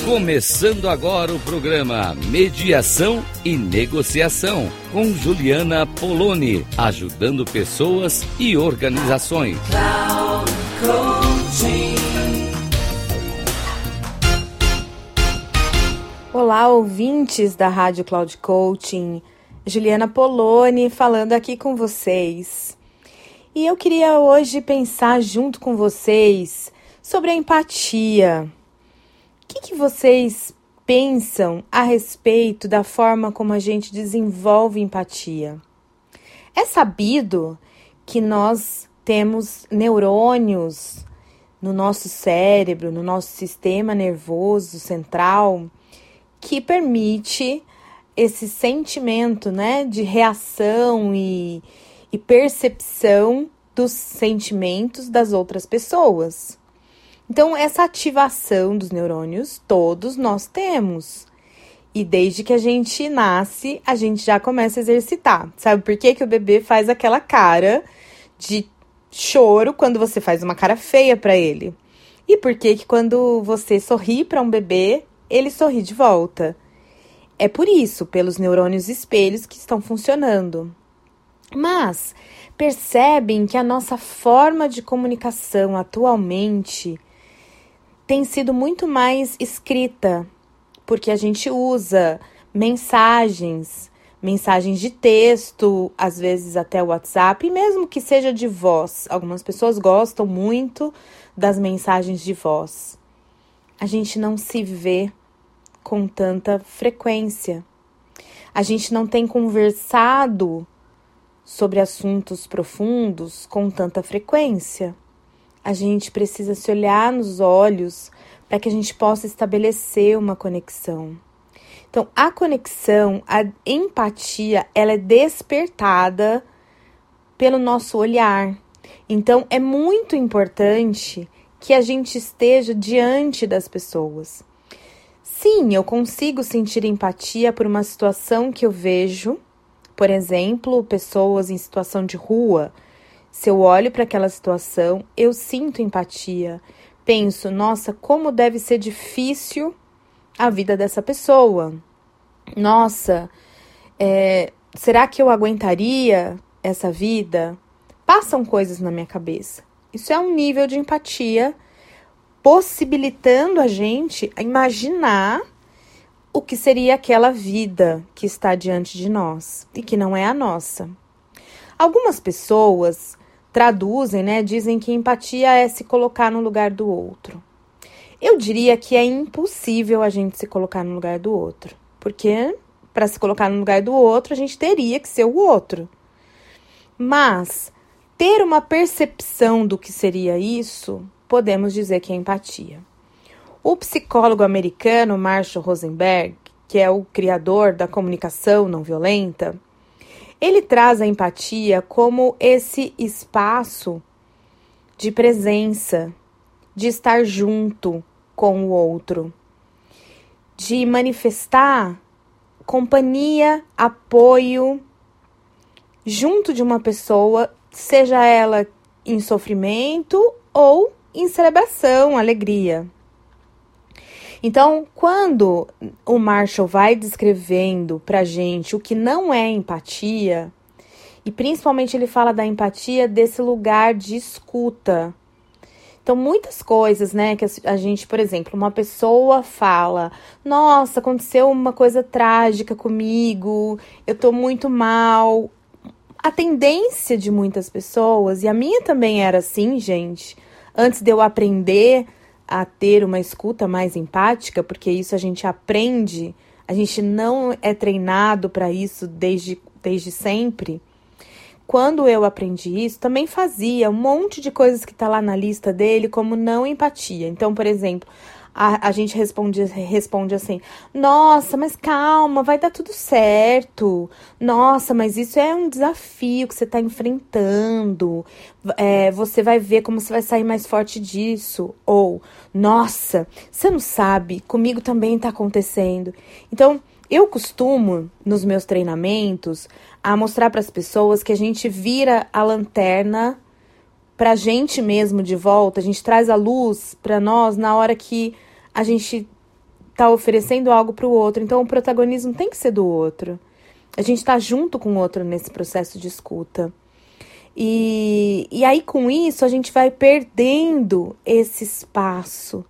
Começando agora o programa Mediação e Negociação, com Juliana Poloni, ajudando pessoas e organizações. Olá, ouvintes da Rádio Cloud Coaching. Juliana Poloni falando aqui com vocês. E eu queria hoje pensar junto com vocês sobre a empatia. O que vocês pensam a respeito da forma como a gente desenvolve empatia? É sabido que nós temos neurônios no nosso cérebro, no nosso sistema nervoso central, que permite esse sentimento, de reação e percepção dos sentimentos das outras pessoas. Então, essa ativação dos neurônios, todos nós temos. E desde que a gente nasce, a gente já começa a exercitar. Sabe por que o bebê faz aquela cara de choro quando você faz uma cara feia para ele? E por que quando você sorri para um bebê, ele sorri de volta? É por isso, pelos neurônios espelhos que estão funcionando. Mas percebem que a nossa forma de comunicação atualmente tem sido muito mais escrita, porque a gente usa mensagens de texto, às vezes até o WhatsApp, e mesmo que seja de voz. Algumas pessoas gostam muito das mensagens de voz. A gente não se vê com tanta frequência. A gente não tem conversado sobre assuntos profundos com tanta frequência. A gente precisa se olhar nos olhos para que a gente possa estabelecer uma conexão. Então, a conexão, a empatia, ela é despertada pelo nosso olhar. Então, é muito importante que a gente esteja diante das pessoas. Sim, eu consigo sentir empatia por uma situação que eu vejo, por exemplo, pessoas em situação de rua. Se eu olho para aquela situação, eu sinto empatia. Penso, nossa, como deve ser difícil a vida dessa pessoa. Nossa, será que eu aguentaria essa vida? Passam coisas na minha cabeça. Isso é um nível de empatia, possibilitando a gente a imaginar o que seria aquela vida que está diante de nós e que não é a nossa. Algumas pessoas traduzem, dizem que empatia é se colocar no lugar do outro. Eu diria que é impossível a gente se colocar no lugar do outro, porque para se colocar no lugar do outro, a gente teria que ser o outro. Mas ter uma percepção do que seria isso, podemos dizer que é empatia. O psicólogo americano Marshall Rosenberg, que é o criador da comunicação não violenta, ele traz a empatia como esse espaço de presença, de estar junto com o outro, de manifestar companhia, apoio junto de uma pessoa, seja ela em sofrimento ou em celebração, alegria. Então, quando o Marshall vai descrevendo pra gente o que não é empatia, e principalmente ele fala da empatia desse lugar de escuta. Então, muitas coisas, que a gente, por exemplo, uma pessoa fala, nossa, aconteceu uma coisa trágica comigo, eu tô muito mal. A tendência de muitas pessoas, e a minha também era assim, gente, antes de eu aprender a ter uma escuta mais empática, porque isso a gente aprende, a gente não é treinado para isso desde sempre. Quando eu aprendi isso, também fazia um monte de coisas que está lá na lista dele como não empatia. Então, por exemplo, a gente responde assim, nossa, mas calma, vai dar tudo certo. Nossa, mas isso é um desafio que você está enfrentando. Você vai ver como você vai sair mais forte disso. Ou, nossa, você não sabe, comigo também está acontecendo. Então, eu costumo, nos meus treinamentos, a mostrar para as pessoas que a gente vira a lanterna para a gente mesmo de volta, a gente traz a luz para nós na hora que a gente tá oferecendo algo para o outro, então o protagonismo tem que ser do outro. A gente tá junto com o outro nesse processo de escuta. E aí, com isso, a gente vai perdendo esse espaço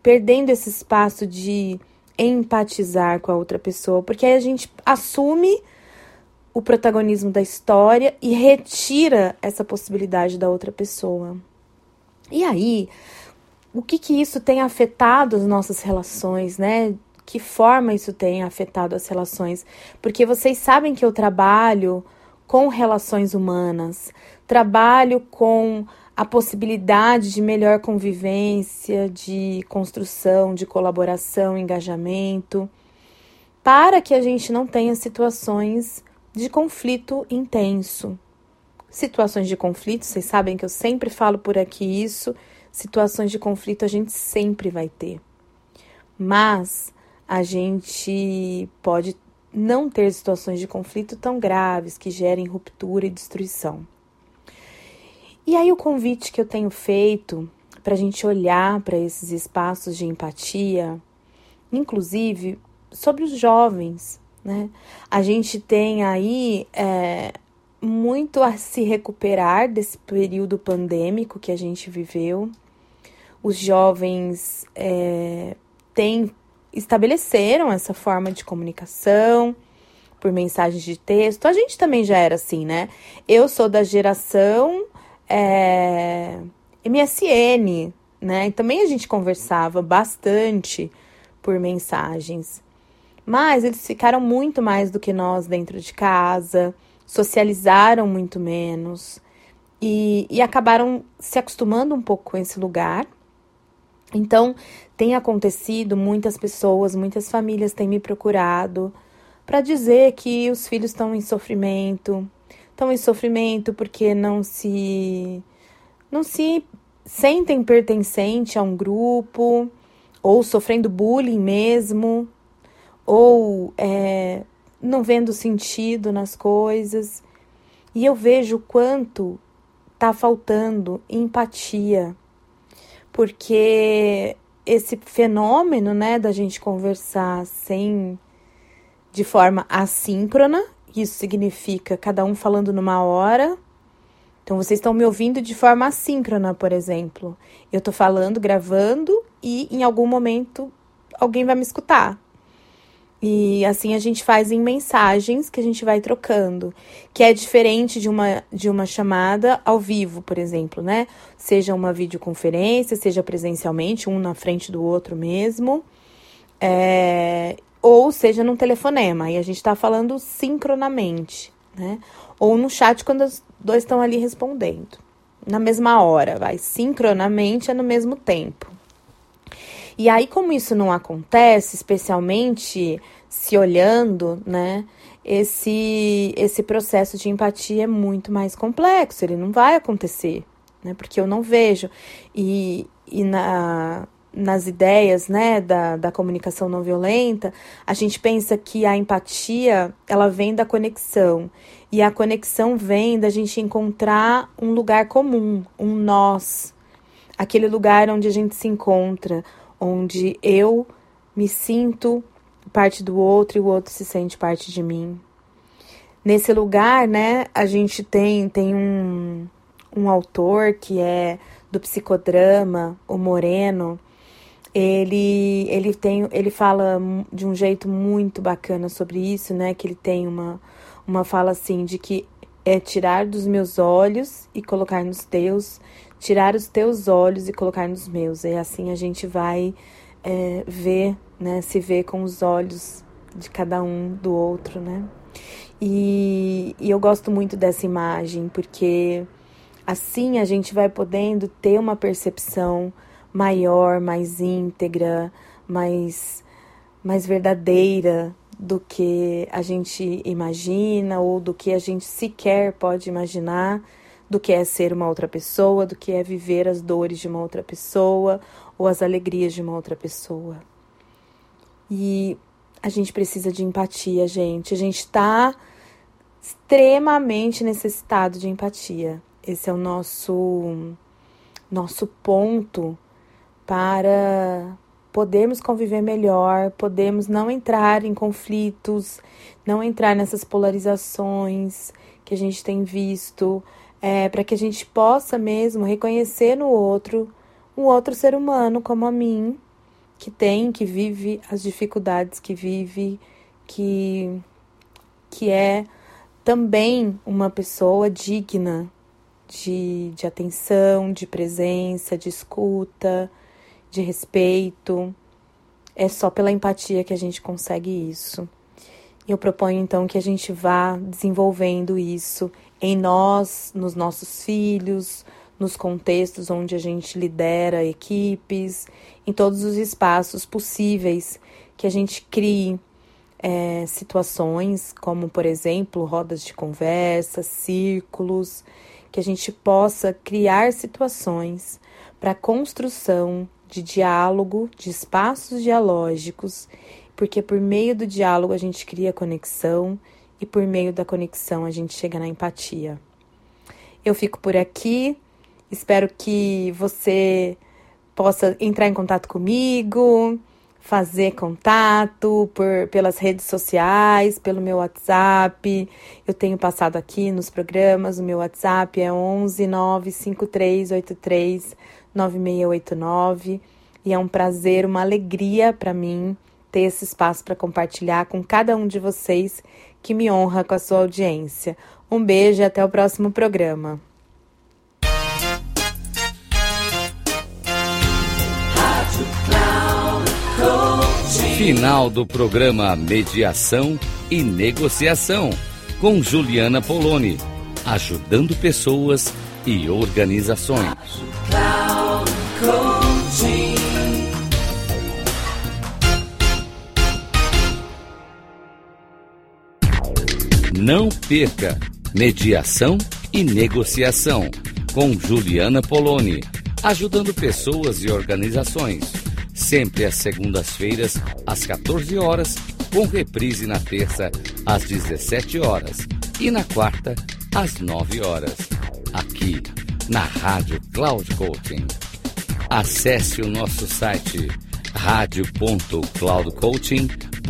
de empatizar com a outra pessoa, porque aí a gente assume o protagonismo da história e retira essa possibilidade da outra pessoa. E aí, o que isso tem afetado as nossas relações, né? Que forma isso tem afetado as relações? Porque vocês sabem que eu trabalho com relações humanas, trabalho com a possibilidade de melhor convivência, de construção, de colaboração, engajamento, para que a gente não tenha situações de conflito intenso. Situações de conflito, vocês sabem que eu sempre falo por aqui isso, situações de conflito a gente sempre vai ter. Mas a gente pode não ter situações de conflito tão graves que gerem ruptura e destruição. E aí o convite que eu tenho feito para a gente olhar para esses espaços de empatia, inclusive sobre os jovens, né? A gente tem aí muito a se recuperar desse período pandêmico que a gente viveu. Os jovens estabeleceram essa forma de comunicação por mensagens de texto. A gente também já era assim, né? Eu sou da geração MSN, né? E também a gente conversava bastante por mensagens. Mas eles ficaram muito mais do que nós dentro de casa, socializaram muito menos e acabaram se acostumando um pouco com esse lugar. Então, tem acontecido, muitas pessoas, muitas famílias têm me procurado para dizer que os filhos estão em sofrimento porque não se sentem pertencentes a um grupo, ou sofrendo bullying mesmo, ou não vendo sentido nas coisas. E eu vejo o quanto está faltando empatia, porque esse fenômeno, né, da gente conversar de forma assíncrona, isso significa cada um falando numa hora. Então, vocês estão me ouvindo de forma assíncrona, por exemplo. Eu estou falando, gravando, e em algum momento alguém vai me escutar. E assim a gente faz em mensagens que a gente vai trocando, que é diferente de uma chamada ao vivo, por exemplo, né? Seja uma videoconferência, seja presencialmente, um na frente do outro mesmo, ou seja num telefonema, e a gente está falando sincronamente, né? Ou no chat quando os dois estão ali respondendo, na mesma hora, sincronamente é no mesmo tempo. E aí, como isso não acontece, especialmente se olhando, né, esse processo de empatia é muito mais complexo, ele não vai acontecer, né, porque eu não vejo. E nas ideias, né, da comunicação não violenta, a gente pensa que a empatia, ela vem da conexão, e a conexão vem da gente encontrar um lugar comum, um nós, aquele lugar onde a gente se encontra, onde eu me sinto parte do outro e o outro se sente parte de mim. Nesse lugar, né, a gente tem um autor que é do psicodrama, o Moreno. Ele fala de um jeito muito bacana sobre isso, né, que ele tem uma fala assim, de que é tirar dos meus olhos e colocar nos teus, tirar os teus olhos e colocar nos meus. E assim a gente vai ver, né, se ver com os olhos de cada um do outro, né? E eu gosto muito dessa imagem, porque assim a gente vai podendo ter uma percepção maior, mais íntegra, mais verdadeira do que a gente imagina ou do que a gente sequer pode imaginar, do que é ser uma outra pessoa, do que é viver as dores de uma outra pessoa ou as alegrias de uma outra pessoa. E a gente precisa de empatia, gente. A gente está extremamente necessitado de empatia. Esse é o nosso ponto para podermos conviver melhor, podermos não entrar em conflitos, não entrar nessas polarizações que a gente tem visto, para que a gente possa mesmo reconhecer no outro um outro ser humano como a mim, que vive as dificuldades que vive, que é também uma pessoa digna de atenção, de presença, de escuta, de respeito. É só pela empatia que a gente consegue isso. Eu proponho então que a gente vá desenvolvendo isso em nós, nos nossos filhos, nos contextos onde a gente lidera equipes, em todos os espaços possíveis, que a gente crie situações como, por exemplo, rodas de conversa, círculos, que a gente possa criar situações para a construção de diálogo, de espaços dialógicos, porque por meio do diálogo a gente cria conexão e por meio da conexão a gente chega na empatia. Eu fico por aqui, espero que você possa entrar em contato comigo, fazer contato pelas redes sociais, pelo meu WhatsApp. Eu tenho passado aqui nos programas, o meu WhatsApp é 11 95383 9689 e é um prazer, uma alegria para mim ter esse espaço para compartilhar com cada um de vocês que me honra com a sua audiência. Um beijo e até o próximo programa. Final do programa Mediação e Negociação com Juliana Poloni, ajudando pessoas e organizações. Não perca Mediação e Negociação com Juliana Poloni, ajudando pessoas e organizações. Sempre às segundas-feiras, às 14 horas, com reprise na terça, às 17 horas e na quarta, às 9 horas, aqui na Rádio Cloud Coaching. Acesse o nosso site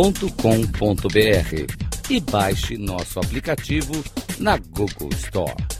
radio.cloudcoaching.com.br e baixe nosso aplicativo na Google Store.